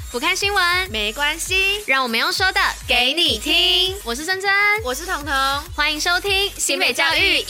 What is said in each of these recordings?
不看新闻没关系， 让我们用说的给你听。我是珍珍， 我是彤彤， 欢迎收听新北教育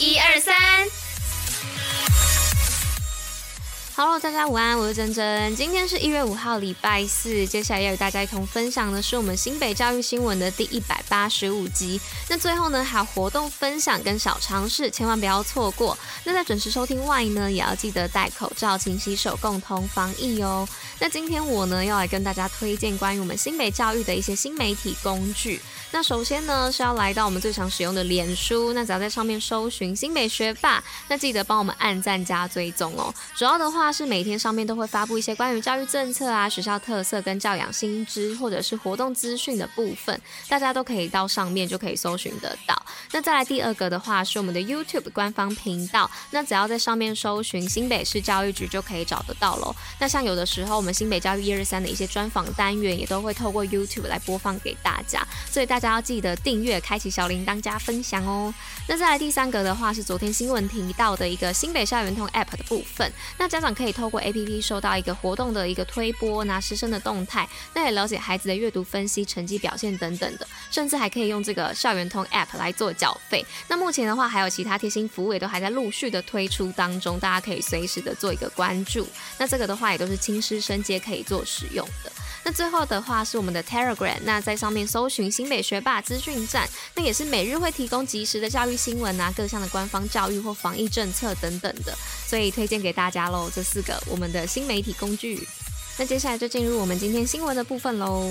123。Hello， 大家午安，我是珍珍。今天是1月5号，礼拜四。接下来要与大家一同分享的是我们新北教育新闻的第185集。那最后呢，还有活动分享跟小常识，千万不要错过。那在准时收听外呢，也要记得戴口罩、勤洗手，共同防疫哦。那今天我呢，要来跟大家推荐关于我们新北教育的一些新媒体工具。那首先呢，是要来到我们最常使用的脸书，那只要在上面搜寻新北学霸，那记得帮我们按赞加追踪哦。主要的话是每天上面都会发布一些关于教育政策啊、学校特色跟教养新知，或者是活动资讯的部分，大家都可以到上面就可以搜寻得到。那再来第二个的话是我们的 YouTube 官方频道，那只要在上面搜寻新北市教育局就可以找得到咯。那像有的时候我们新北教育123的一些专访单元也都会透过 YouTube 来播放给大家，所以大家要记得订阅、开启小铃铛加分享哦。那再来第三个的话是昨天新闻提到的一个新北校园通 App 的部分，那家长可以透过 APP 收到一个活动的一个推播，拿师生的动态，那也了解孩子的阅读分析、成绩表现等等的，甚至还可以用这个校园通 App 来做缴费。那目前的话还有其他贴心服务也都还在陆续的推出当中，大家可以随时的做一个关注。那这个的话也都是亲师生皆可以做使用的。那最后的话是我们的 Telegram， 那在上面搜寻新北学霸资讯站，那也是每日会提供即时的教育新闻啊、各项的官方教育或防疫政策等等的，所以推荐给大家咯，这4个我们的新媒体工具。那接下来就进入我们今天新闻的部分咯。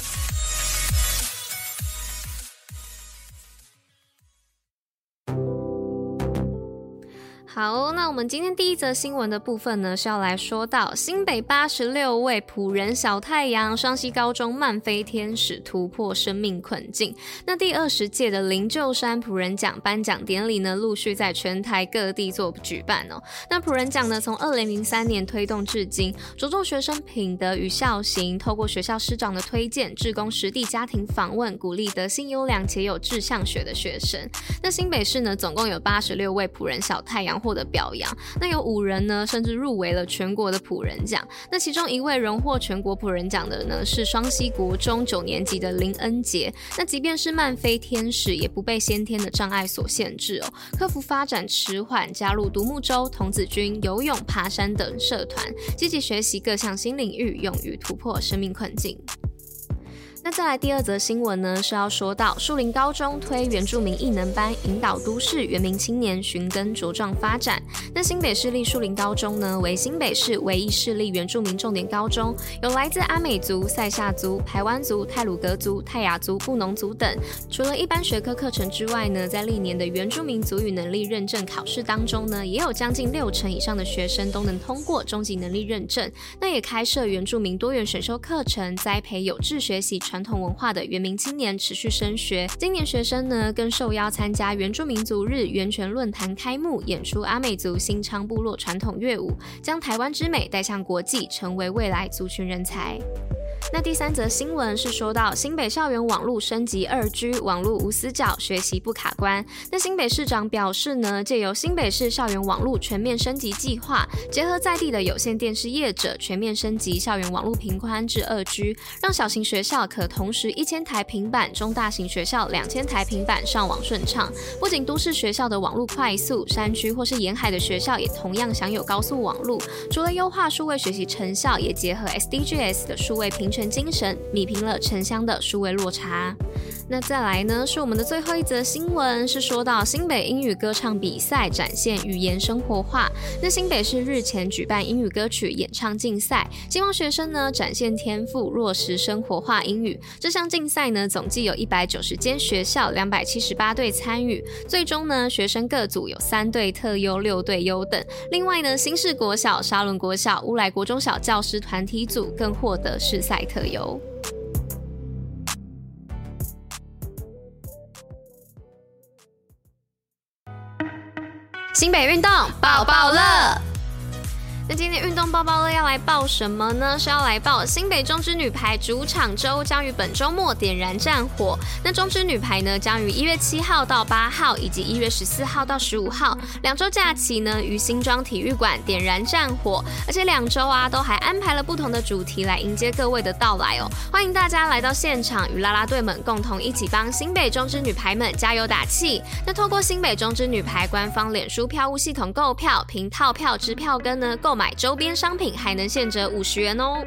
好，那我们今天第一则新闻的部分呢，是要来说到新北86位普仁小太阳双溪高中慢飞天使突破生命困境。那第20届的灵鹫山普仁奖颁奖典礼呢，陆续在全台各地做举办哦。那普仁奖呢，从2003年推动至今，着重学生品德与孝行，透过学校师长的推荐、志工实地家庭访问，鼓励德性优良且有志向学的学生。那新北市呢，总共有86位普仁小太阳获得表扬，那有5人呢甚至入围了全国的普仁奖。那其中1位荣获全国普仁奖的呢是双溪国中9年级的林恩杰。那即便是慢飞天使，也不被先天的障碍所限制哦，克服发展迟缓，加入独木舟、童子军、游泳、爬山等社团，积极学习各项新领域，勇于突破生命困境。那再来第2则新闻呢，是要说到树林高中推原住民艺能班，引导都市原民青年寻根茁壮发展。那新北市立树林高中呢，为新北市唯一市立原住民重点高中，有来自阿美族、塞夏族、排湾族、太鲁阁族、泰雅族、布农族等。除了一般学科课程之外呢，在历年的原住民族语能力认证考试当中呢，也有将近60%以上的学生都能通过中级能力认证。那也开设原住民多元选修课程，栽培有志学习传统文化的原民青年持续升学。今年学生呢更受邀参加原住民族日源泉论坛开幕，演出阿美族新昌部落传统乐舞，将台湾之美带向国际，成为未来族群人才。那第3则新闻是说到新北校园网络升级2G， 网络无死角，学习不卡关。那新北市长表示呢，借由新北市校园网络全面升级计划，结合在地的有线电视业者，全面升级校园网络频宽至2G， 让小型学校可同时1000台平板，中大型学校2000台平板上网顺畅。不仅都市学校的网络快速，山区或是沿海的学校也同样享有高速网络。除了优化数位学习成效，也结合 SDGs 的数位平权精神，弭平了城乡的数位落差。那再来呢，是我们的最后一则新闻，是说到新北英语歌唱比赛展现语言生活化。那新北市日前举办英语歌曲演唱竞赛，希望学生呢展现天赋，落实生活化英语。这项竞赛呢，总计有190间学校，278队参与。最终呢，学生各组有3队特优、6队优等。另外呢，新市国小、沙仑国小、乌来国中小教师团体组更获得市赛特优。新北运动爆爆乐！ 那今天运动报报乐要来报什么呢？是要来报新北中职女排主场周将于本周末点燃战火。那中职女排呢，将于1月7号到8号，以及1月14号到15号2周假期呢，于新庄体育馆点燃战火。而且2周啊，都还安排了不同的主题来迎接各位的到来哦。欢迎大家来到现场，与啦啦队们共同一起帮新北中职女排们加油打气。那透过新北中职女排官方脸书票务系统购票，凭套票支票根呢购买周边商品，还能现折50元哦。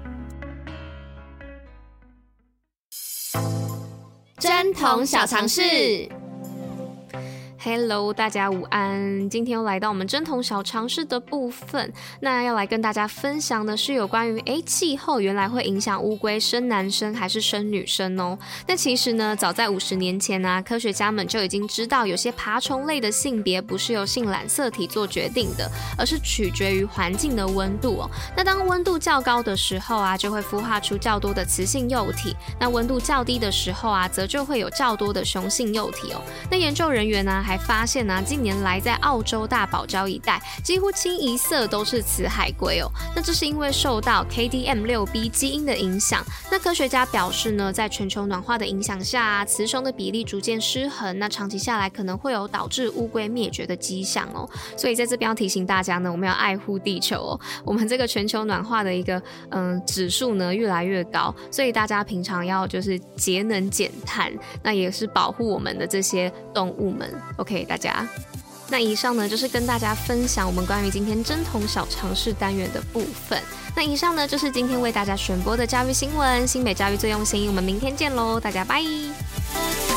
针筒小常识。Hello， 大家午安！今天又来到我们针筒小常识的部分，那要来跟大家分享的是有关于气候原来会影响乌龟生男生还是生女生哦。那其实呢，早在50年前啊，科学家们就已经知道有些爬虫类的性别不是由性染色体做决定的，而是取决于环境的温度哦。那当温度较高的时候啊，就会孵化出较多的雌性幼体；那温度较低的时候啊，则就会有较多的雄性幼体哦。那研究人员呢，还发现啊，近年来在澳洲大堡礁一带，几乎清一色都是雌海龟哦。那这是因为受到 KDM6B 基因的影响。那科学家表示呢，在全球暖化的影响下啊，雌雄的比例逐渐失衡，那长期下来可能会有导致乌龟灭绝的迹象哦。所以在这边要提醒大家呢，我们要爱护地球哦。我们这个全球暖化的一个指数呢越来越高，所以大家平常要就是节能减碳，那也是保护我们的这些动物们。OK， 大家。那以上呢就是跟大家分享我们关于今天针筒小常识单元的部分。那以上呢就是今天为大家选播的教育新闻，新北教育最用心，我们明天见喽，大家拜。